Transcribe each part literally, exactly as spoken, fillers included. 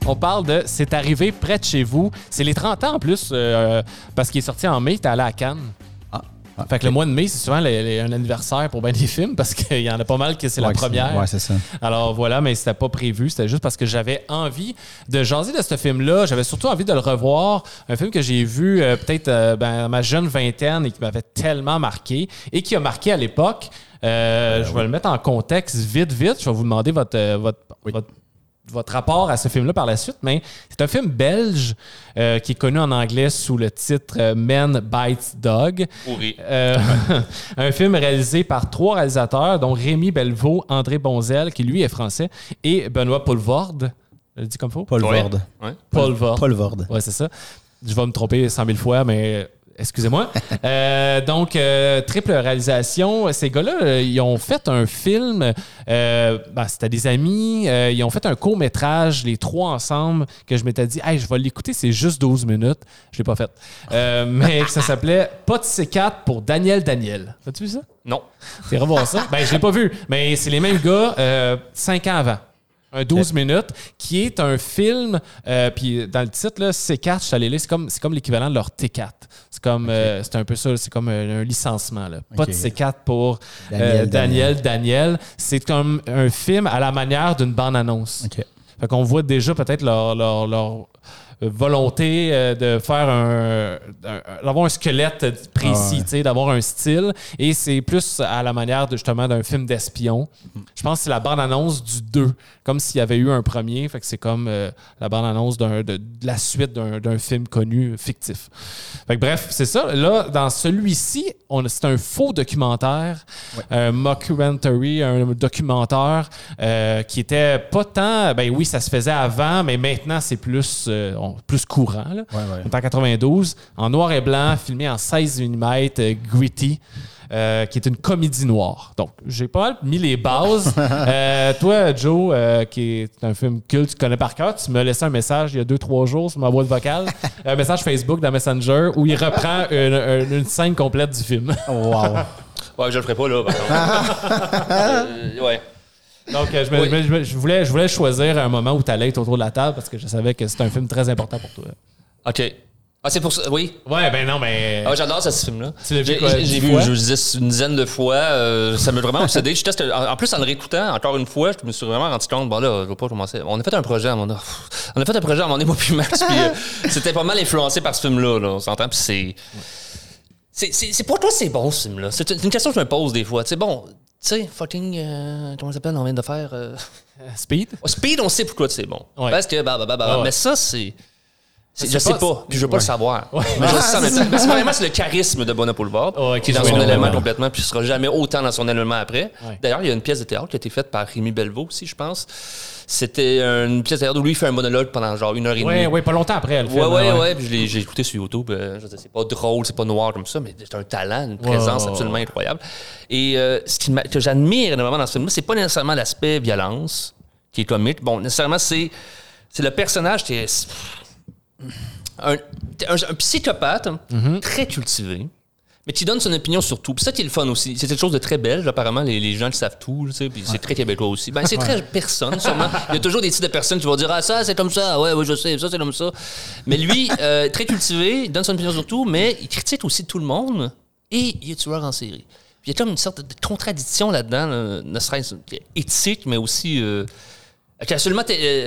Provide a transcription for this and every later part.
On parle de C'est arrivé près de chez vous. C'est les trente ans en plus, euh, parce qu'il est sorti en mai, t'es allé à Cannes. Ah. Ah, fait que okay. Le mois de mai, c'est souvent les, les, un anniversaire pour bien des films parce qu'il y en a pas mal que c'est ouais, la première. C'est, ouais, c'est ça. Alors voilà, mais c'était pas prévu. C'était juste parce que j'avais envie de jaser de ce film-là. J'avais surtout envie de le revoir. Un film que j'ai vu euh, peut-être euh, ben, à ma jeune vingtaine et qui m'avait tellement marqué et qui a marqué à l'époque. Euh, euh, je vais oui. le mettre en contexte vite, vite. Je vais vous demander votre, euh, votre, oui. votre votre rapport à ce film-là par la suite, mais c'est un film belge euh, qui est connu en anglais sous le titre euh, Men Bites Dog. Oui. Euh, un film réalisé par trois réalisateurs, dont Rémi Belvaux, André Bonzel, qui lui est français, et Benoît Poelvoorde. Je le dis comme faut? Poelvoorde. Ouais. Poelvoorde. Poelvoorde. Oui, c'est ça. Je vais me tromper cent mille fois, mais... Excusez-moi. euh, donc, euh, triple réalisation. Ces gars-là, euh, ils ont fait un film. Euh, ben, c'était des amis. Euh, ils ont fait un court-métrage, les trois ensemble, que je m'étais dit, hey, je vais l'écouter, c'est juste douze minutes. Je l'ai pas fait. Euh, mais ça s'appelait Pas de C quatre pour Daniel Daniel. As-tu vu ça? Non. C'est revoir ça? Ben, je l'ai pas vu. Mais c'est les mêmes gars euh, cinq ans avant. Un douze okay. minutes, qui est un film, euh, puis dans le titre, là, C quatre, je suis allé là, c'est comme, c'est comme l'équivalent de leur T quatre. C'est comme, okay. euh, c'est un peu ça, c'est comme un, un licenciement. Là. Pas okay. de C quatre pour Daniel, euh, Daniel, Daniel. Daniel. C'est comme un film à la manière d'une bande-annonce. Okay. Fait qu'on voit déjà peut-être leur... leur, leur volonté euh, de faire un, un d'avoir un squelette précis, ah ouais. d'avoir un style, et c'est plus à la manière de, justement d'un film d'espion. Mm-hmm. Je pense que c'est la bande-annonce du deux, comme s'il y avait eu un premier, fait que c'est comme euh, la bande-annonce d'un, de, de la suite d'un, d'un film connu fictif. Fait que bref, c'est ça. Là, dans celui-ci, on, c'est un faux documentaire, ouais. un mockumentary, un documentaire euh, qui était pas tant, ben oui, ça se faisait avant, mais maintenant c'est plus euh, on, plus courant. Là. Ouais, ouais. On est en quatre-vingt-douze, en noir et blanc, filmé en seize millimètres, euh, gritty, euh, qui est une comédie noire. Donc, j'ai pas mal mis les bases. euh, toi, Joe, euh, qui est un film culte, tu connais par cœur, tu m'as laissé un message il y a deux, trois jours sur ma boîte vocale, un message Facebook dans Messenger où il reprend une, une, une scène complète du film. Wow! Ouais, je le ferai pas, là, par contre. euh, ouais. Donc, euh, je, me, oui. je, me, je, voulais, je voulais choisir un moment où tu allais être autour de la table parce que je savais que c'était un film très important pour toi. OK. Ah, c'est pour ça, oui. Ouais, ben non, mais... Ah, j'adore ce, ce film-là. Tu l'as vu j'ai, quoi, j'ai, j'ai vu, je vous disais, une dizaine de fois. Euh, ça m'a vraiment obsédé. Je teste, en, en plus, en le réécoutant, encore une fois, je me suis vraiment rendu compte, bon là, je vais pas commencer. On a fait un projet à mon On a fait un projet à mon moment, moi puis Max, puis euh, c'était pas mal influencé par ce film-là, là, on s'entend, puis c'est... C'est, c'est, c'est... Pour toi, c'est bon, ce film-là. C'est une question que je me pose des fois. C'est bon... Tu sais, fucking... Euh, comment ça s'appelle? On vient de faire... Euh... Speed? Oh, Speed, on sait pourquoi c'est bon. Ouais. Parce que... Bah, bah, bah, bah, ouais. Mais ça, c'est... c'est je sais pas, pas puis je veux pas ouais. le savoir. Ouais. Mais je le sais en même temps. Mais c'est vraiment c'est le charisme de Benoît Poelvoorde, oh, qui est dans son élément vraiment. complètement, puis il sera jamais autant dans son élément après. Ouais. D'ailleurs, il y a une pièce de théâtre qui a été faite par Rémi Belvaux aussi, je pense. C'était une pièce de théâtre où lui, il fait un monologue pendant genre une heure et demie. Oui, oui, pas longtemps après, elle fait. Oui, oui, oui. Puis je l'ai, j'ai écouté sur YouTube. Euh, je sais, c'est pas drôle, c'est pas noir comme ça, mais c'est un talent, une présence oh. absolument incroyable. Et euh, ce qui que j'admire énormément dans ce film-là, c'est pas nécessairement l'aspect violence qui est comique. Bon, nécessairement, c'est, c'est le personnage qui est un, un, un psychopathe mm-hmm. très cultivé. Mais qui donne son opinion sur tout. Puis ça qui est le fun aussi. C'est quelque chose de très belge, apparemment. Les, les gens qui savent tout, tu sais, puis c'est très québécois aussi. Ben, c'est très personne, sûrement. Il y a toujours des types de personnes qui vont dire « Ah, ça, c'est comme ça. Ouais, ouais, je sais. Ça, c'est comme ça. » Mais lui, euh, très cultivé, il donne son opinion sur tout, mais il critique aussi tout le monde. Et il est tueur en série. Puis il y a comme une sorte de contradiction là-dedans, là, ne serait-ce éthique, mais aussi... Euh, qui absolument... Euh,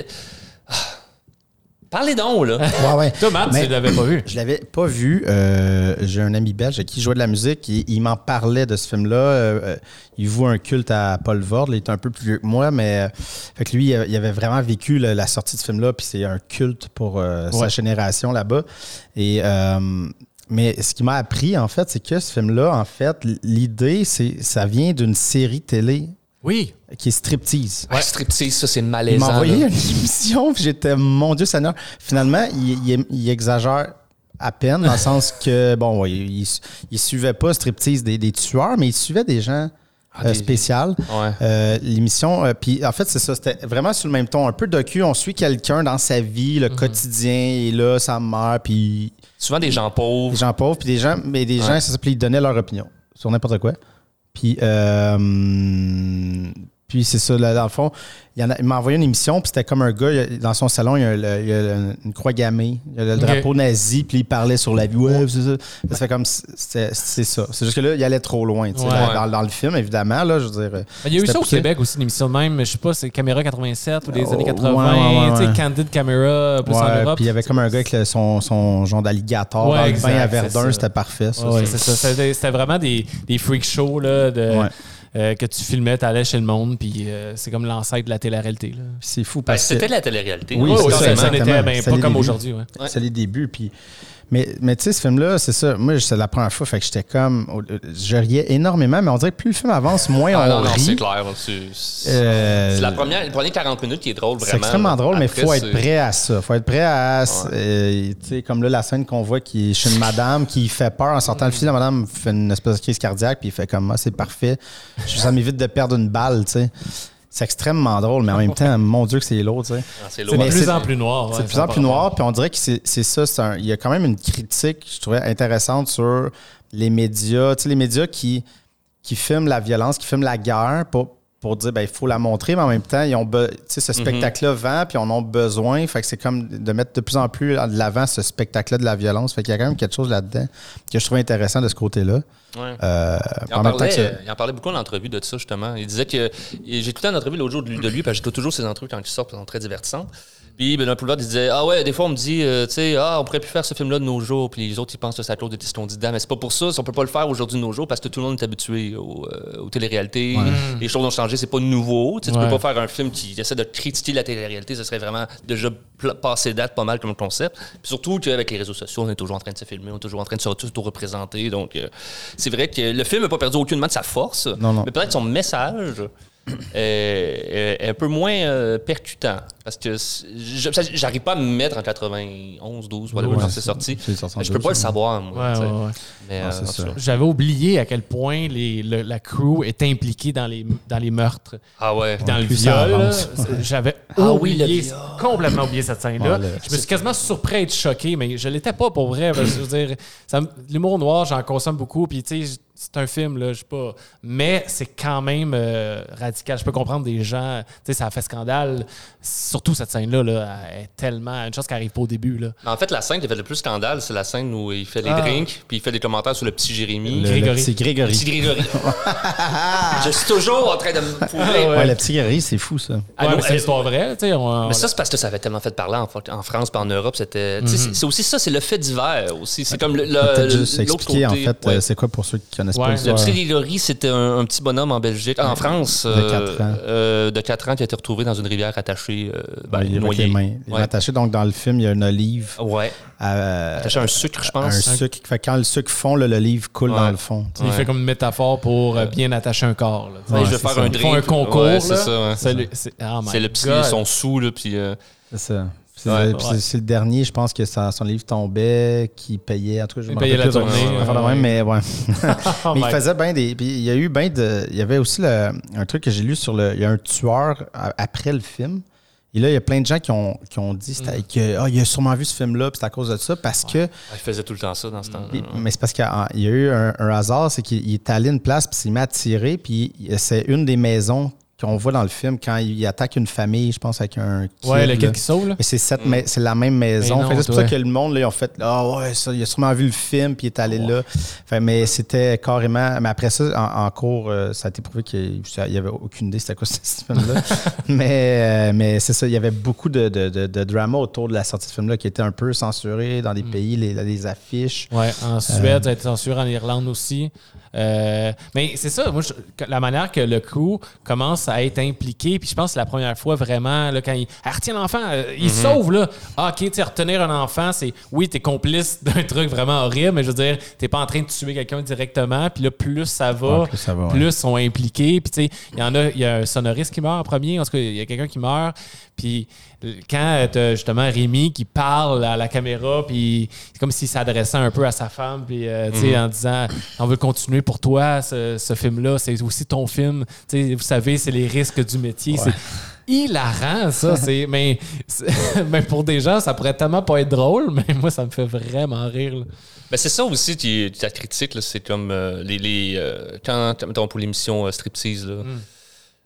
Parlez donc, là. Ouais, ouais. Toi, Matt, tu l'avais pas vu. Je l'avais pas vu. Euh, j'ai un ami belge qui jouait de la musique. Et il m'en parlait de ce film-là. Euh, il voue un culte à Poelvoorde. Il est un peu plus vieux que moi, mais fait que lui, il avait vraiment vécu la, la sortie de ce film-là. Puis c'est un culte pour euh, ouais. sa génération là-bas. Et... Euh, mais ce qui m'a appris, en fait, c'est que ce film-là, en fait, l'idée, c'est ça vient d'une série télé. Oui. Qui est Striptease. Ouais, Striptease, ça, c'est malaisant. Il m'a envoyé là. une émission, puis j'étais, mon Dieu Seigneur. Finalement, il, il, il exagère à peine, dans le sens que, bon, il, il, il suivait pas Striptease des, des tueurs, mais il suivait des gens ah, euh, spéciaux. Ouais. Euh, l'émission, euh, puis en fait, c'est ça, c'était vraiment sur le même ton. Un peu docu, on suit quelqu'un dans sa vie, le mm-hmm. quotidien, et là, ça meurt, puis... Souvent des gens pauvres. Des gens pauvres, puis des gens, mais des ouais. gens, ça s'appelait, ils donnaient leur opinion sur n'importe quoi. Puis, euh, Puis c'est ça, là, dans le fond, il, y en a, il m'a envoyé une émission, puis c'était comme un gars, il, dans son salon, il y a, le, il y a une croix gammée, il y a le okay. drapeau nazi, puis il parlait sur la vie. Ouais, c'est ça. Ça fait comme, c'est, c'est ça. C'est juste que là, il allait trop loin, tu sais, ouais. dans, dans le film, évidemment, là, je veux dire. Il y a eu ça au poussé. Québec aussi, une émission de même, je sais pas, c'est Caméra quatre-vingt-sept ou des oh, années quatre-vingts, ouais, ouais, ouais, tu sais, Candid Camera, plus ouais, en Europe. Puis il y avait comme un gars avec le, son, son genre d'alligator ouais, dans exact, le bain à Verdun, c'était parfait, ça. Ouais, c'est ça. C'était, c'était vraiment des, des freak shows, là, de... Ouais. Euh, que tu filmais, t'allais chez le monde, puis euh, c'est comme l'ancêtre de la télé-réalité. Là. C'est fou Ben, parce c'était que... de la télé-réalité. Oui, oui, c'est ça, ça, ça n'était ben, pas comme débuts. aujourd'hui. Ouais. Ouais. C'est les débuts, puis... Mais, mais tu sais, ce film-là, c'est ça. Moi, c'est la première fois, fait que j'étais comme... Je riais énormément, mais on dirait que plus le film avance, moins ah, on non, non, rit. c'est clair. C'est, c'est, euh, c'est la première, les premières quarante minutes qui est drôle, vraiment. C'est extrêmement drôle, Après, mais il faut c'est... être prêt à ça. Il faut être prêt à... Ouais. Euh, tu sais, comme là, la scène qu'on voit qui est chez une madame qui fait peur en sortant le film. La madame fait une espèce de crise cardiaque, puis il fait comme, ah, c'est parfait. Ça m'évite de perdre une balle, tu sais. C'est extrêmement drôle, mais en même temps, mon Dieu que c'est lourd, tu sais. Ah, c'est C'est de plus en plus noir. C'est ouais, de plus en plus noir, puis on dirait que c'est, c'est ça. C'est un, il y a quand même une critique, je trouvais, intéressante sur les médias. Tu sais, les médias qui, qui filment la violence, qui filment la guerre pour, pour dire, ben il faut la montrer, mais en même temps, ils ont be- tu sais, ce spectacle-là vend, puis ils en ont besoin. Fait que c'est comme de mettre de plus en plus de l'avant ce spectacle-là de la violence. Fait qu'il y a quand même quelque chose là-dedans que je trouvais intéressant de ce côté-là. Ouais. Euh, il, en en même parlait, temps que il en parlait beaucoup en entrevue de ça, justement. Il disait que. J'ai écouté une entrevue l'autre jour de lui, de lui parce que j'écoute toujours ses entrevues quand il sort, elles sont très divertissantes. Puis Benoît Poulvord, il disait, ah ouais, des fois on me dit, euh, tu sais, ah, on pourrait plus faire ce film-là de nos jours. Puis les autres, ils pensent que c'est à cause de Tiston Dida. Mais c'est pas pour ça. On peut pas le faire aujourd'hui de nos jours parce que tout le monde est habitué aux, euh, aux téléréalités. Ouais. Les choses ont changé, c'est pas nouveau. Tu sais, Ouais. tu peux pas faire un film qui essaie de critiquer la télé-réalité. Ce serait vraiment déjà pl- passé date pas mal comme concept. Puis surtout qu'avec les réseaux sociaux, on est toujours en train de se filmer, on est toujours en train de se représenter. Donc, euh, c'est vrai que le film n'a pas perdu aucunement de sa force. Non, non. Mais peut-être son message est, est un peu moins euh, percutant. Parce que je, j'arrive pas à me mettre en quatre-vingt-onze, douze, whatever, Ouais, quand c'est sorti. c'est sorti en Je peux pas douze, le savoir, moi. Ouais, tu sais. ouais, ouais. Mais, Ah, euh, c'est en tout ça. cas. J'avais oublié à quel point les, le- la crew est impliquée dans les, dans les meurtres. Ah ouais. Dans le plus ça viol, là, avance. c'est- j'avais Ah oui, oublié, le viol. complètement oublié cette scène-là. Ouais, le- je me suis quasiment surpris à être choqué, mais je l'étais pas pour vrai. Parce que, je veux dire, ça me- l'humour noir, j'en consomme beaucoup, puis tu sais, c'est un film, là, je sais pas. Mais c'est quand même euh, radical. Je peux comprendre des gens, tu sais, ça a fait scandale. Surtout cette scène-là, là, elle est tellement une chose qui arrive pas au début, là. En fait, la scène qui a fait le plus scandale, c'est la scène où il fait les Ah. drinks, puis il fait des commentaires sur le petit Jérémy. Le, Grégory. le petit Grégory. Petit Grégory. Je suis toujours en train de me prouver. Ouais. Ouais, le petit Grégory, c'est fou, ça. Ah, Ouais, non, mais c'est euh, une histoire vraie, tu sais. on- Mais ça, c'est parce que ça avait tellement fait parler en, en France et en Europe. C'était, tu sais, c'est, c'est aussi ça, c'est le fait divers aussi. C'est comme le, le, Peut-être le- juste l'autre expliquer, en côté. fait, Ouais. euh, c'est quoi pour ceux qui connaissent Ouais, pas le Le l'histoire. petit Grégory, c'était un, un petit bonhomme en Belgique, en France, De euh, quatre ans. euh, de quatre ans, qui a été retrouvé dans une rivière attachée, euh, ben, Ouais, il est avec noyé. les mains. Il est Ouais. attaché, donc dans le film, il y a une olive Ouais. à- Attaché à un sucre, je un pense. sucre. Fait que quand le sucre fond, là, l'olive coule Ouais. dans le fond. Il fait comme une métaphore pour euh, bien attacher un corps. Là, tu sais. Ouais, Ouais, je vais c'est faire ça. un Ils drink. font un concours. Ouais, là. c'est ça. ouais. C'est le, c'est, oh my C'est le petit, God. son sous, là, puis... euh, C'est ça. C'est, Ouais. puis Ouais. c'est- c'est le dernier, je pense que ça, son livre tombait, qui payait. En tout cas, je Il me payait rappelle la plus tournée, de- ouais. affaire de même, mais ouais. Oh mais il my- faisait bien des. Puis il y a eu bien de. Il y avait aussi le- un truc que j'ai lu sur le. Il y a un tueur a- après le film. Et là, il y a plein de gens qui ont, qui ont dit c'était- que ah, il a sûrement vu ce film-là, puis c'est à cause de ça, parce que. Il faisait tout le temps ça dans ce temps-là. Puis- mais c'est parce qu'il y a, il y a eu un, un hasard, c'est qu'il il est allé à une place, puis il s'est mis à tirer, puis il- c'est une des maisons qu'on voit dans le film quand il attaque une famille, je pense, avec un kid. Ouais, le là. kid qui sauve, là. Mais c'est, cette ma- c'est la même maison. Mais non, Fait que c'est pour toi. ça que le monde, là, ils ont fait ah ouais, ça, il a sûrement vu le film, puis il est allé là. Fait, mais c'était carrément. Mais après ça, en, en cours, euh, ça a été prouvé qu'il n'y avait aucune idée c'était quoi ce film-là. mais, euh, mais c'est ça, il y avait beaucoup de, de, de, de drama autour de la sortie de ce film-là qui était un peu censuré dans des pays, les, les affiches. Ouais, en Suède, ça a été censuré, en Irlande aussi. Euh, mais c'est ça, moi, je- la manière que le crew commence à être impliqué, puis je pense que c'est la première fois vraiment, là, quand il ah, retient l'enfant, euh, il sauve, là. Ah, OK, tu sais, retenir un enfant, c'est, oui, t'es complice d'un truc vraiment horrible, mais je veux dire, t'es pas en train de tuer quelqu'un directement, puis là, plus ça va, Ouais, plus ça va, ouais. plus ils sont impliqués, puis tu sais, il y en a, il y a un sonoriste qui meurt en premier, en tout cas, il y a quelqu'un qui meurt, puis quand t'as justement Rémi qui parle à la caméra, puis c'est comme s'il s'adressait un peu à sa femme, puis euh, tu sais, en disant on veut continuer pour toi ce, ce film-là, c'est aussi ton film, tu sais, vous savez, c'est les risques du métier, c'est hilarant ça, c'est mais, c'est- mais pour des gens ça pourrait tellement pas être drôle, mais moi ça me fait vraiment rire. Là. Ben, c'est ça aussi qui est ta critique, là, c'est comme euh, les, les euh, quand, mettons, pour l'émission euh, Striptease, là,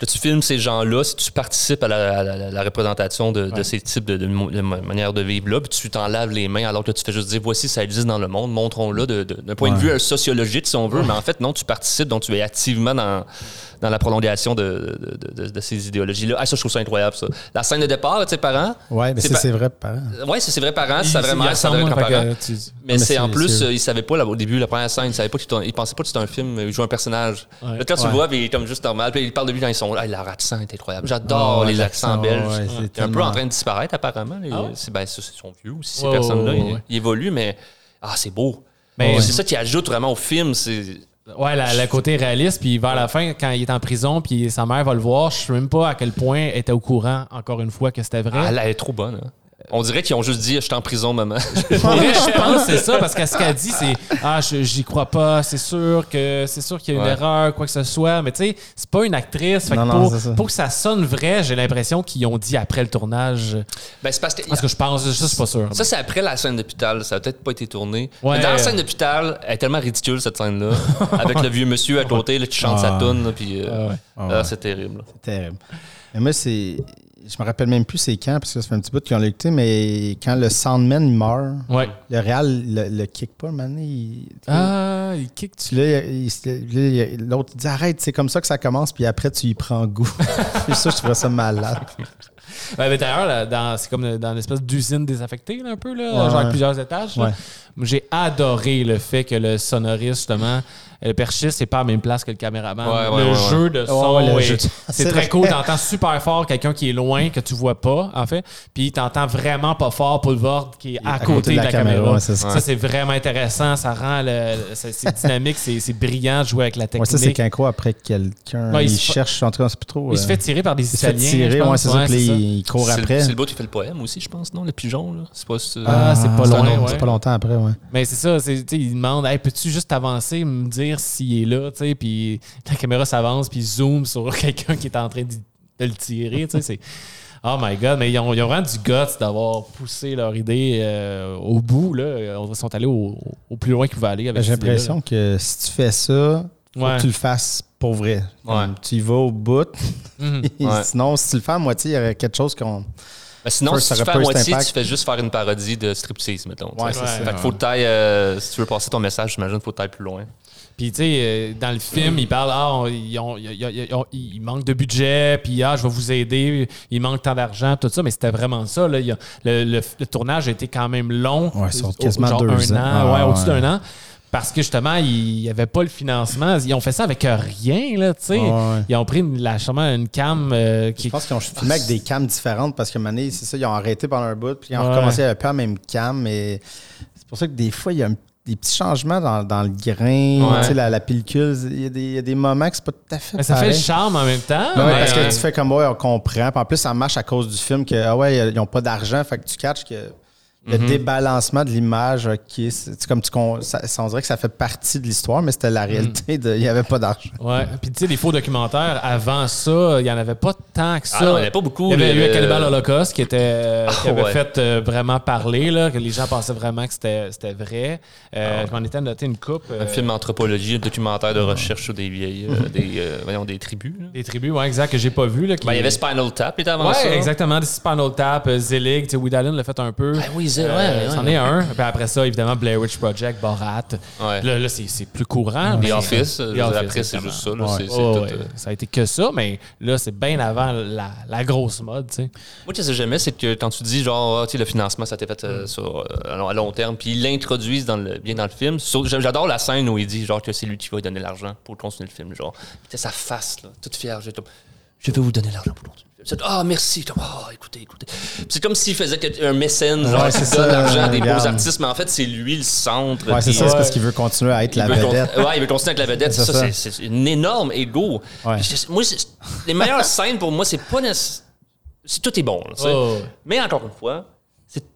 Là, tu filmes ces gens-là, si tu participes à la, à la, à la représentation de, ouais. de ces types de, de, de manières de vivre-là, puis tu t'en laves les mains alors que tu fais juste dire voici, ça existe dans le monde, montrons-le de, de, d'un point ouais. de vue sociologique, si on veut, ouais. mais en fait, non, tu participes, donc tu es activement dans, dans la prolongation de, de, de, de ces idéologies-là. Ah, ça, je trouve ça incroyable, ça. La scène de départ, tu sais, parents. Oui, mais c'est, pa- c'est vrai, parents. Oui, c'est, c'est vrai, parents, c'est vraiment ça vrai parents. Tu... Mais, mais c'est, c'est en plus, euh, ils ne savaient pas là, au début, la première scène, ils ne pensaient pas que c'était un film, ils jouaient un personnage. Ouais. Là, quand tu ouais. le vois, puis il est comme juste normal, puis ils parlent de lui quand ils sont là, leur accent est incroyable. J'adore oh, les accents belges. Ouais, c'est tellement... un peu en train de disparaître, apparemment. Les... Ah ouais? c'est, ben, c'est, ils sont vieux aussi, ces oh, personnes-là. Oh, oh, ils, ouais. ils évoluent, mais ah, c'est beau. Mais, c'est ça qui ajoute vraiment au film. C'est... Ouais, la, le côté réaliste, puis vers la fin, quand il est en prison, puis sa mère va le voir, je sais même pas à quel point elle était au courant, encore une fois, que c'était vrai. Ah, elle est trop bonne, hein? On dirait qu'ils ont juste dit « Je suis en prison, maman. » Pour vrai, je pense que c'est ça, parce que ce qu'elle dit, c'est « Ah, je, j'y crois pas, c'est sûr que c'est sûr qu'il y a une ouais. erreur, quoi que ce soit. » Mais tu sais, c'est pas une actrice. Fait non, que pour, non, pour que ça sonne vrai, j'ai l'impression qu'ils ont dit après le tournage. Ben, c'est parce que... Parce que je pense, ça, je suis pas sûr. Ça, c'est après la scène d'hôpital. Ça a peut-être pas été tourné. Ouais. Mais dans la scène d'hôpital, elle est tellement ridicule, cette scène-là. Avec le vieux monsieur à côté là, qui chante ah. sa toune. Puis, euh, ah ouais. ah ouais. C'est terrible. Là. C'est terrible. Mais moi, c'est... Je me rappelle même plus c'est quand, parce que ça fait un petit bout qu'ils ont l'écouté, mais quand le Sandman il meurt, ouais. le Real le, le kick pas, maintenant. Il, ah, il kick. Tu, là, il, il, l'autre dit arrête, c'est comme ça que ça commence, puis après tu y prends goût. Puis ça, je trouvais ça malade. Ouais, mais d'ailleurs, là, dans, c'est comme dans l'espèce d'usine désaffectée, là, un peu, là, ouais, genre avec plusieurs étages. Là. Ouais. J'ai adoré le fait que le sonoriste, justement, le perchiste, c'est pas à la même place que le caméraman. Ouais, ouais, le ouais, jeu ouais. de son, ouais, ouais, est, jeu. c'est, c'est très cool. T'entends super fort quelqu'un qui est loin, que tu vois pas, en fait. Puis t'entends vraiment pas fort Poulvord qui est à, à côté, côté de la, la caméra. caméra. Ouais, c'est ça. ça, c'est vraiment intéressant. Ça rend le, le c'est, c'est dynamique, c'est, c'est brillant de jouer avec la technique. Ouais, ça, c'est qu'un quoi après quelqu'un. Ouais, il, il cherche, en tout cas, on sait plus trop. Il euh... se fait tirer par des il Italiens. Il se fait tirer, ouais, c'est ça. Puis il court c'est après. Le, c'est le bout qui fait le poème aussi, je pense, non? Le pigeon, là. C'est pas. C'est... Ah, c'est pas loin. C'est pas longtemps après, ouais. Mais c'est ça. C'est, il demande hey, peux-tu juste avancer, me dire s'il est là? Puis la caméra s'avance, puis zoom sur quelqu'un qui est en train de, de le tirer. C'est... Oh my God, mais ils ont, ils ont vraiment du guts d'avoir poussé leur idée euh, au bout. Là. Ils sont allés au, au plus loin qu'ils pouvaient aller. Avec J'ai l'impression que si tu fais ça, faut ouais. que tu le fasses pour vrai. Ouais. Tu y vas au bout. Mm-hmm. ouais. Sinon, si tu le fais à moitié, il y aurait quelque chose qu'on... Mais sinon, First, si tu fais à moitié, tu fais juste faire une parodie de striptease, mettons. Ouais, c'est ouais, ça. Fait qu'il faut que t'ailles, euh, si tu veux passer ton message, j'imagine, il faut que t'ailles plus loin. Puis, tu sais, dans le film, ils parlent, ah, on, ils ont, ils, ils, ont, ils manquent de budget, puis, ah, je vais vous aider, il manque tant d'argent, tout ça, mais c'était vraiment ça. Là. Il a, le, le, le tournage a été quand même long. Ouais, sur quasiment genre deux un ans. Ah, ouais, ouais, au-dessus d'un an. Parce que justement, il n'y avait pas le financement. Ils ont fait ça avec rien, là, tu sais. Oh, ouais. Ils ont pris la, une cam euh, qui... Je pense qu'ils ont filmé avec des cams différentes parce que Mané, c'est ça, ils ont arrêté pendant un bout, puis ils ont ouais. recommencé avec pas la même cam. Mais c'est pour ça que des fois, il y a un, des petits changements dans, dans le grain, ouais. tu sais, la, la pellicule. Il y, a des, il y a des moments que c'est pas tout à fait mais ça pareil. Fait le charme en même temps. Ouais, mais... parce que tu fais comme, ouais, on comprend. Puis en plus, ça marche à cause du film que, ah ouais, ils n'ont pas d'argent, fait que tu catches que... Le mm-hmm. débalancement de l'image, OK, c'est, c'est comme tu, ça, ça, on dirait que ça fait partie de l'histoire, mais c'était la réalité. De, il n'y avait pas d'argent. Ouais. Puis tu sais, les faux documentaires, avant ça, il n'y en avait pas tant que ça. Ah non, il n'y en avait pas beaucoup. Il y avait le... eu Cannibal Holocaust qui, était, oh, qui avait ouais. fait euh, vraiment parler, là, que les gens pensaient vraiment que c'était, c'était vrai. Euh, oh. Je m'en étais noté une coupe. Euh... Un film d'anthropologie, un documentaire de recherche sur des vieilles, euh, des, euh, voyons, des tribus. Là. Des tribus, oui, exact, que j'ai pas vu. Là, qui... ben, il y avait Spinal Tap, il était avant ouais, ça. Oui, exactement. Spinal Tap, Zelig, tu sais, Woody Allen l'a fait un peu. Ah oui, Zelig, ouais. C'en est un. Puis après ça, évidemment, Blair Witch Project, Borat. Ouais. Là, là c'est, c'est plus courant. The Office. The Office, après, c'est juste ça. Là, ouais. c'est, c'est oh, tout, ouais. euh... Ça a été que ça, mais là, c'est bien avant la, la grosse mode. T'sais. Moi, ce que j'aimais, c'est que quand tu dis, genre, tu sais, le financement, ça a été fait euh, sur, euh, à long terme, puis ils l'introduisent dans le, bien dans le film. Sur, j'adore la scène où il dit, genre, que c'est lui qui va lui donner l'argent pour continuer le film. Genre, puis sa face, là, toute fière. Je, je vais vous donner l'argent pour continuer. Ah, oh, merci. Ah, oh, écoutez, écoutez. C'est comme s'il faisait un mécène, genre, ouais, qui donne ça, l'argent à des regarde. beaux artistes, mais en fait, c'est lui le centre. Ouais, c'est ça, ouais. c'est parce qu'il veut continuer à être il la vedette. Con... Ouais, il veut continuer à être la vedette. C'est ça, ça. C'est, c'est une énorme ego. Ouais. Moi, c'est... les meilleures scènes pour moi, c'est pas nécessaire. C'est... Tout est bon. Là, oh. Mais encore une fois, c'est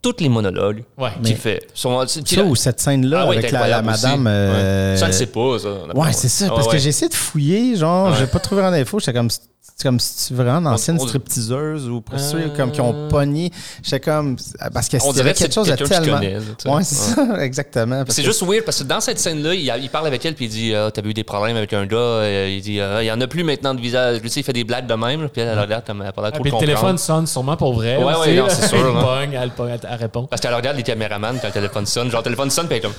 tous les monologues Ouais. qu'il Mais- fait. Son, Ça ou cette scène-là Ah ouais, avec t'es la, la incroyable aussi. madame. euh, Ouais. Ça, elle sait pas, ça. Ouais, c'est ça. Parce Ouais, que ouais. j'ai essayé de fouiller, genre, Ouais. j'ai pas trouvé vraiment d'infos. J'étais comme, c'est comme si tu vraiment une ancienne on- stripteaseuse ou prostituée, Euh. comme qui ont pogné. J'étais comme, parce que On c'était dirait que quelque c'est chose de quelqu'un que tu tellement. connais, là, tu sais. Ouais, c'est ça, exactement. parce C'est que- juste weird parce que dans cette scène-là, il, il parle avec elle puis il dit ah, t'avais eu des problèmes avec un gars. Euh, il dit ah, il y en a plus maintenant de visage. Tu sais, il fait des blagues de même. Là, puis elle, elle regarde comme elle a pas l'air Ah, trop puis de le comprendre. téléphone sonne sûrement pour vrai. Ouais, aussi, ouais, non, là. c'est sûr, Elle hein. pogne, elle, pogne, elle, elle répond. Parce qu'elle regarde les caméramans quand le téléphone sonne. Genre, le téléphone sonne puis elle est comme.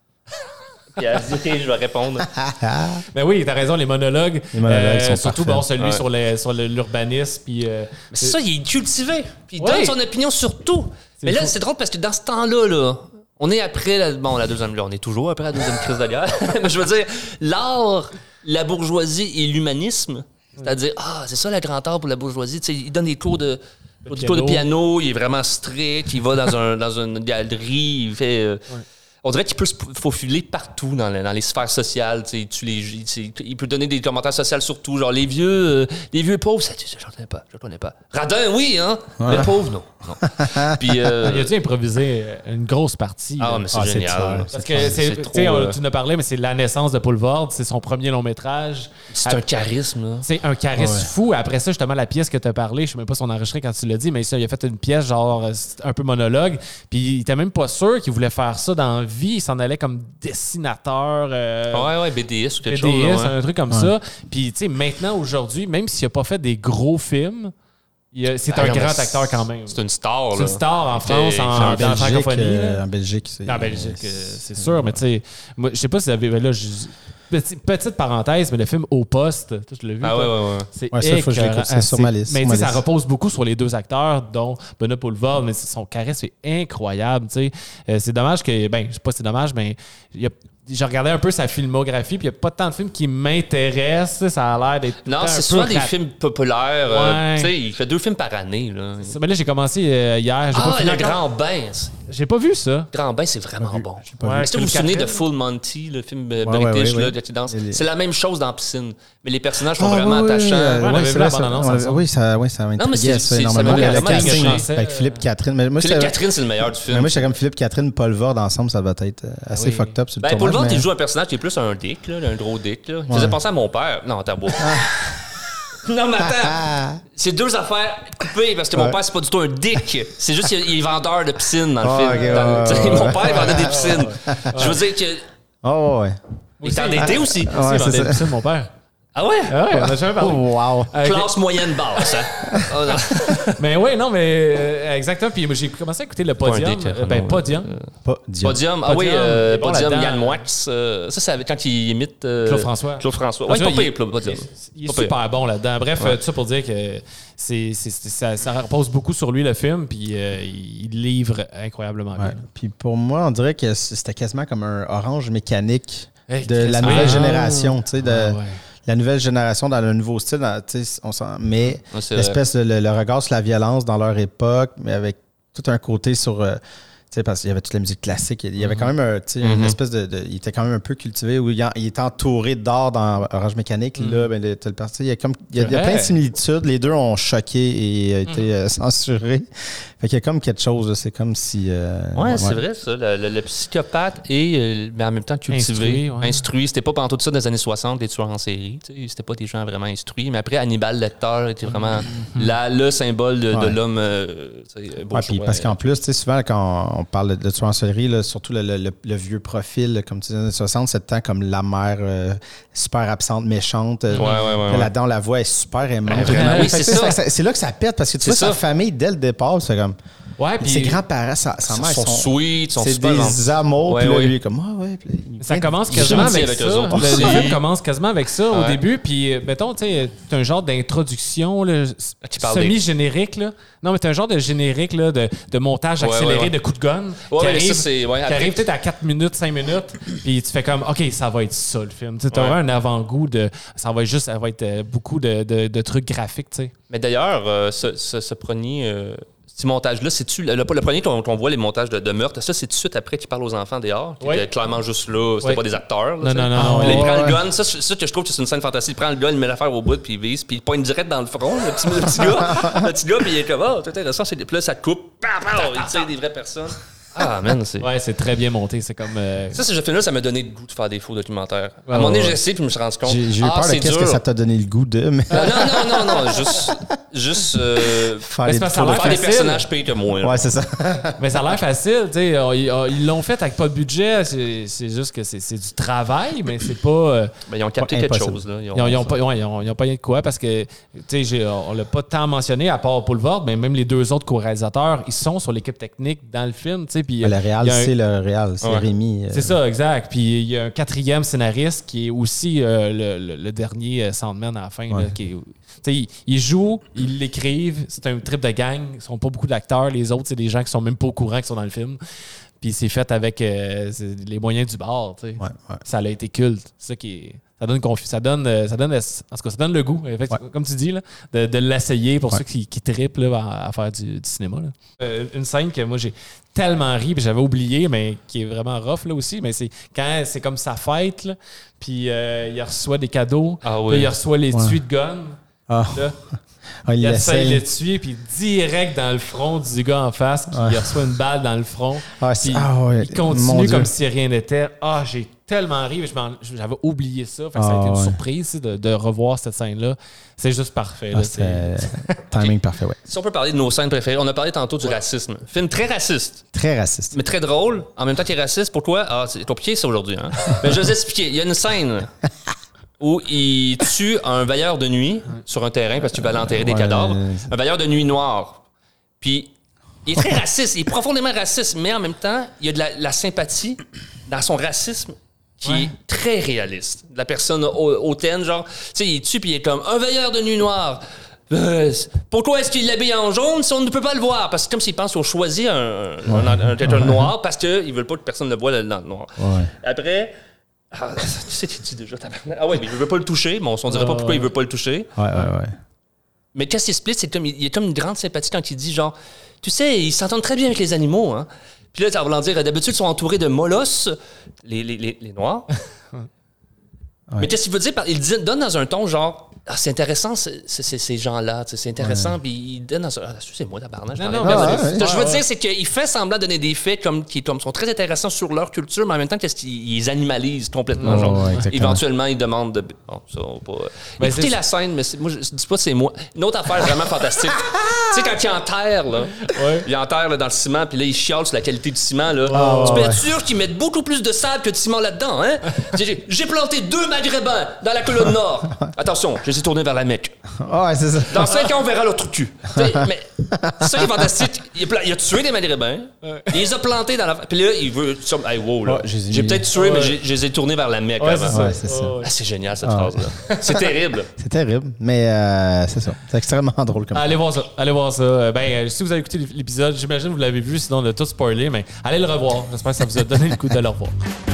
Puis elle se dit ok, je vais répondre. Mais oui, t'as raison, les monologues. Les monologues sont surtout parfaits. bon, celui Ouais. sur, les, sur le- l'urbanisme. Puis, euh, Mais c'est ça, il est cultivé. Puis il Ouais. donne son opinion sur tout. C'est Mais là, fou. c'est drôle parce que dans ce temps-là, là, on est après la, bon, la deuxième, là, on est toujours après la deuxième crise de guerre. Mais je veux dire, l'art, la bourgeoisie et l'humanisme, c'est-à-dire, ah, c'est ça le grand art pour la bourgeoisie. Tu sais, il donne des cours de, des piano. cours de piano, il est vraiment strict, il va dans, un, dans une galerie, il fait. euh, On dirait qu'il peut se faufiler partout dans, le- dans les sphères sociales. Tu sais, il tue les, il, tu sais, il peut donner des commentaires sociaux sur tout. Genre, les vieux, euh, les vieux pauvres, ça, tu sais, je ne connais pas. Je connais pas. Radin, oui, hein? Les pauvres, non. non. Puis, euh, il a dû improviser une grosse partie. ah, là. mais c'est Ah, c'est génial. clair. Parce que c'est, trop, tu sais, on- euh, tu nous as parlé, mais c'est la naissance de Paul Vord. C'est son premier long métrage. c'est un charisme, là. C'est un charisme Ouais. fou. Après ça, justement, la pièce que tu as parlé, je sais même pas si on a enregistré quand tu l'as dit, mais ça, il a fait une pièce genre euh, un peu monologue. Puis il était même pas sûr qu'il voulait faire ça dans la vie. Il s'en allait comme dessinateur. euh, Ouais, ouais, B D S ou quelque B D S, chose. là, ouais. un truc comme ça. Puis, tu sais, maintenant, aujourd'hui, même s'il a pas fait des gros films, il a- c'est Ah, un non, grand mais acteur quand même. C'est une star, C'est là. une star en France, Et- en, En dans la Belgique, francophonie. euh, là. en Belgique, c'est. En Belgique, c'est- euh, c'est sûr, mais tu sais, moi, je sais pas si vous avez. ben Là, je- petit- petite parenthèse, mais le film Au Poste, tu l'as vu? Ah, toi? ouais, ouais, ouais. C'est Ouais, ça, faut que je l'écoute, c'est sur ma liste, Mais sur tu sais, ma ça liste. repose beaucoup sur les deux acteurs, dont Benoît Poulvord, mais son charisme est incroyable. Tu sais. Euh, c'est dommage que. Ben, je sais pas si c'est dommage, mais il y a. J'ai regardé un peu sa filmographie, puis il n'y a pas tant de films qui m'intéressent. Ça a l'air d'être. Non, un c'est peu souvent des rap- films populaires. euh, Ouais. tu sais, il fait deux films par année, là. Ça, mais là, j'ai commencé euh, hier. J'ai Ah, pas fini Le encore. Grand Bain. c'est- J'ai pas vu ça. Grand Bain, c'est vraiment bon. pas Ouais, Est-ce que vous vous Philippe souvenez de Catherine. Full Monty, le film euh, Ouais, british ouais, ouais, là, ouais. de qui danse? Et les- C'est la même chose dans la piscine. Mais les personnages sont Ah, vraiment oui, attachants. euh, Ouais, on ouais, avait c'est vu vrai, la ça- bande-annonce on avait- ensemble. Oui, ça, oui, ça mais m'intriguait, c'est- ça, c'est- énormément. ça Le, m'a le vraiment casting émotionné. avec Philippe Catherine. Mais moi, Philippe j'étais- Catherine, c'est le meilleur du mais film. moi, j'étais comme Philippe Catherine, Paul Vord ensemble, ça va être euh, assez oui. fucked up sur le Ben, Paul tournage. Vaughn, mais- il joue un personnage qui est plus un dick, là, un gros dick. Là. Il Ouais. faisait penser à mon père. Non, attends, beau. Non, mais attends. Ah! C'est deux affaires coupées parce que mon Ouais. père, c'est pas du tout un dick. C'est juste qu'il il est vendeur de piscine dans le Ah, film. ok, Dans le- ouais, tu sais, ouais, mon ouais. père, il vendait des piscines. Je veux dire que. Oh, ouais. Il est endetté aussi. Ah, ouais, Si, c'est c'est ça. ça, mon père. Ah ouais? Ah ouais, on a jamais parlé. Oh, wow. Euh, Classe moyenne basse, hein? Oh, non. Mais oui, non, mais euh, exactement. Puis moi, j'ai commencé à écouter le Pas un podium. dick, Euh, ben, non, podium. Pas Dion. Podium. Ah Podium, oui, il euh, est bon Podium, là-dedans. Yann Moix. euh, ça, c'est avec- quand il imite. euh, Claude François. Claude François. En Ouais, tout c'est cas, pas il- pire, Podium. Il est Pas pire. super bon là-dedans. Bref, Ouais. euh, tout ça pour dire que c'est, c'est- c'est- ça, ça repose beaucoup sur lui, le film, puis euh, il livre incroyablement Ouais. bien. Puis pour moi, on dirait que c'était quasiment comme un orange mécanique Hey, de la Chris, nouvelle ah. génération, tu sais, de Ah, ouais. la nouvelle génération dans le nouveau style, dans- tu sais, on sent, mais Ouais, c'est l'espèce de le, le regard sur la violence dans leur époque, mais avec tout un côté sur, euh, tu sais, parce qu'il y avait toute la musique classique, il y avait quand même un, tu sais, une Mhm. espèce de, de- il était quand même un peu cultivé où il, en- il était entouré d'art dans Orange Mécanique. Là, ben, le- t'as le parti, il y a comme, il y a, il y a plein de Ouais. similitudes. Les deux ont choqué et euh, été euh, censurés. Fait qu'il y a comme quelque chose. là, C'est comme si. euh, Ouais, c'est vrai, ça. Le, le- le psychopathe et, euh, mais en même temps cultivé, Instruit, ouais. instruit. C'était pas pendant tout ça dans les années soixante, les tueurs en série. tu sais, C'était pas des gens vraiment instruits. Mais après, Hannibal Lecter était vraiment la, le symbole de, de Ouais. l'homme euh, tu sais, Ouais, bourgeois. puis parce qu'en plus, tu sais, souvent, quand on parle de, de tueurs en série, là, surtout le, le- le- le vieux profil, là, comme tu disais, dans les années soixante, c'est le temps comme la mère euh, super absente, méchante. euh, Ouais, ouais, ouais, que ouais. Là-dedans, la voix est super aimante. Ouais, vraiment, oui, Fait que, c'est tu sais, ça. fait que C'est là que ça pète parce que tu C'est vois sa ça. famille dès le départ, c'est comme. Ouais, puis Ses grands-parents, sa, sa Ils mère, sont ils sont. sweet, ils sont C'est super des gentils. amours, Ouais, puis là, ouais. lui, il est comme, ah ouais. Puis là, il- ça commence Il est quasiment gentil avec, avec ça. eux autres Le, aussi. le film commence quasiment avec ça au Ouais. début. Puis, euh, mettons, tu sais, c'est un genre d'introduction là, Qui parle des- semi-générique. Là. Non, mais c'est un genre de générique là, de, de montage Ouais, accéléré ouais, ouais. de coups de gun. Ouais, qui mais arrive, ça, c'est- ouais, qui après- arrive peut-être à quatre minutes, cinq minutes. Puis tu fais comme, OK, ça va être ça le film. Tu as Ouais. un avant-goût de. Ça va être juste, ça va être euh, beaucoup de, de, de trucs graphiques, tu sais. Mais d'ailleurs, euh, ce, ce, ce premier euh, petit montage-là, c'est-tu le, le, le premier qu'on qu'on voit les montages de, de meurtre, ça, c'est tout de suite après qu'il parle aux enfants dehors, qui Oui. étaient clairement juste là, c'était Oui. pas des acteurs. Là, Non, tu sais. non, non, Ah, non. Puis là, il ouais, prend ouais. le gun, ça, c'est- ça que je trouve que c'est une scène fantastique. Il prend le gun, il met l'affaire au bout, puis il vise, puis il pointe direct dans le front, le petit, le petit gars. Le petit gars, puis il est comme, ah, c'est intéressant. c'est- Puis là, ça coupe, paf, Il tire des vraies personnes. Ah, man, c'est... Ouais, c'est très bien monté. C'est comme... Euh... Ça, ce film-là, ça m'a donné le goût de faire des faux documentaires. Ouais, à un moment donné, ouais. j'ai essayé, puis je me suis rendu compte... J'ai, j'ai eu ah, peur de qu'est-ce dur. que ça t'a donné le goût de... Mais... Euh, non, non, non, non, juste... Juste... Euh, faire Mais les c'est parce que ça a photos. l'air faire des facile. personnages payés que moi. là. Ouais, c'est ça. Mais ça a l'air facile, tu sais. euh, Ils, euh, ils l'ont fait avec pas de budget. C'est, c'est juste que c'est, c'est du travail, mais c'est pas... euh, Ben, ils ont capté Pas quelque impossible. chose. Là. Ils ont, ils ont pas, ouais, ils ont, ils ont pas rien de quoi parce que, tu sais, j'ai- on l'a pas tant mentionné à part Paul Vord, mais même les deux autres co-réalisateurs, ils sont sur l'équipe technique dans le film, tu sais. Puis, Le il réal, y a un- c'est le réal. C'est Ouais. Rémi. euh, C'est ça, exact. Puis il y a un quatrième scénariste qui est aussi euh, le, le- le dernier euh, Sandman à la fin. Ouais. Là, qui est- tu sais, ils, ils jouent, ils l'écrivent. C'est un trip de gang. Ils sont pas beaucoup d'acteurs. Les autres, c'est des gens qui sont même pas au courant qui sont dans le film. Puis c'est fait avec euh, c'est les moyens du bord. Tu sais. Ouais, ouais. Ça a été culte. C'est ça qui est. Ça donne confi- ça donne, euh, ça donne, en tout cas, ça donne le goût, effectivement, comme tu dis, là, de, de l'essayer pour Ouais. ceux qui, qui trippent là, à, à faire du, du cinéma. Là. Euh, une scène que moi j'ai tellement ri, puis j'avais oublié, mais qui est vraiment rough là aussi, mais c'est quand c'est comme sa fête, là, puis euh, il reçoit des cadeaux, Ah puis oui. il reçoit les Ouais. tuyaux de gun. Ah, Là, ah, il il essaye l'essaye. de tuer, puis direct dans le front du gars en face, qui Ouais. reçoit une balle dans le front. Ah, c'est- Puis ah, ouais. il Mon continue Dieu. comme si rien n'était. Ah, j'ai tellement ri, mais je m'en- j'avais oublié ça. Fait que ça a Ah, été une ouais. surprise tu sais, de, de revoir cette scène-là. C'est juste parfait. Ah, là, c'est timing parfait, ouais. Si on peut parler de nos scènes préférées, on a parlé tantôt du racisme. Film très raciste, Très raciste. mais très drôle. En même temps qu'il est raciste, pourquoi? Ah, c'est compliqué ça aujourd'hui. Hein? Mais je vais vous expliquer. Il y a une scène où il tue un veilleur de nuit sur un terrain parce qu'il va aller enterrer des Ouais. cadavres. Un veilleur de nuit noir. Puis, il est très raciste. Il est profondément raciste, mais en même temps, il y a de la, la sympathie dans son racisme qui Ouais. est très réaliste. De la personne hau- hautaine, genre, tu sais, il tue puis il est comme un veilleur de nuit noir. Euh, pourquoi est-ce qu'il l'habille en jaune si on ne peut pas le voir? Parce que comme s'ils pensent qu'ils ont choisi un, un, un, un quelqu'un de noir parce qu'ils veulent pas que personne ne voit le, dans le noir. Ouais. Après, ah, tu sais, t'es-tu déjà tabarnak? Ah ouais, mais il veut pas le toucher, mais on s'en dirait pas pourquoi il veut pas le toucher. Ouais, ouais, ouais. Mais qu'est-ce qu'il split, c'est comme il y a comme une grande sympathie quand il dit genre, tu sais, ils s'entendent très bien avec les animaux, hein. Puis là, ça va vouloir dire, d'habitude, ils sont entourés de molosses, les, les, les, les noirs. Mais qu'est-ce qu'il veut dire? par- Il dit- donne dans un ton genre, ah, c'est intéressant, c'est, c'est- c'est ces gens-là, tu sais, c'est intéressant, puis il donne dans un. Ah, c'est moi, tabarnak. je Non, parlais non, de mais personne. ouais, Ce que je veux ouais, dire, c'est qu'il fait semblant de donner des faits comme, qui comme, sont très intéressants sur leur culture, mais en même temps, qu'est-ce qu'ils ils animalisent complètement. Ouais, genre, ouais, exactement. éventuellement, ils demandent de. Bon, ça, on va pas. Ben, Écoutez c'est- la scène, mais c'est- moi, je dis pas c'est moi. Une autre affaire vraiment fantastique. Tu sais, quand il enterre, là, Ouais. il enterre là, dans le ciment, puis là, il chiale sur la qualité du ciment. Là. Ah, tu peux ouais. être sûr qu'ils mettent beaucoup plus de sable que de ciment là-dedans. Hein? J'ai- J'ai planté deux maghrébins dans la colonne nord. Attention, je les ai tournés vers la Mecque. Ah, ouais, c'est ça. Dans cinq ans, on verra l'autre cul. T'sais, mais ça qui est fantastique, il a, pla- il a tué des maghrébins, il les a plantés dans la. Puis là, il veut. Hey, wow, là. Ouais, je les ai J'ai mis- peut-être tué, Ouais. mais j'ai- je les ai tournés vers la Mecque Ouais, avant. c'est ça. Ouais, c'est ça. Ouais, ouais. Ah, c'est génial, cette Ah. phrase-là. C'est terrible. C'est terrible, mais euh, c'est ça. C'est extrêmement drôle comme Allez voir ça. Allez voir ça. Euh, Ben, euh, si vous avez écouté l'épisode, j'imagine que vous l'avez vu, sinon on a tout spoilé, mais allez le revoir. J'espère que ça vous a donné le coup de le revoir.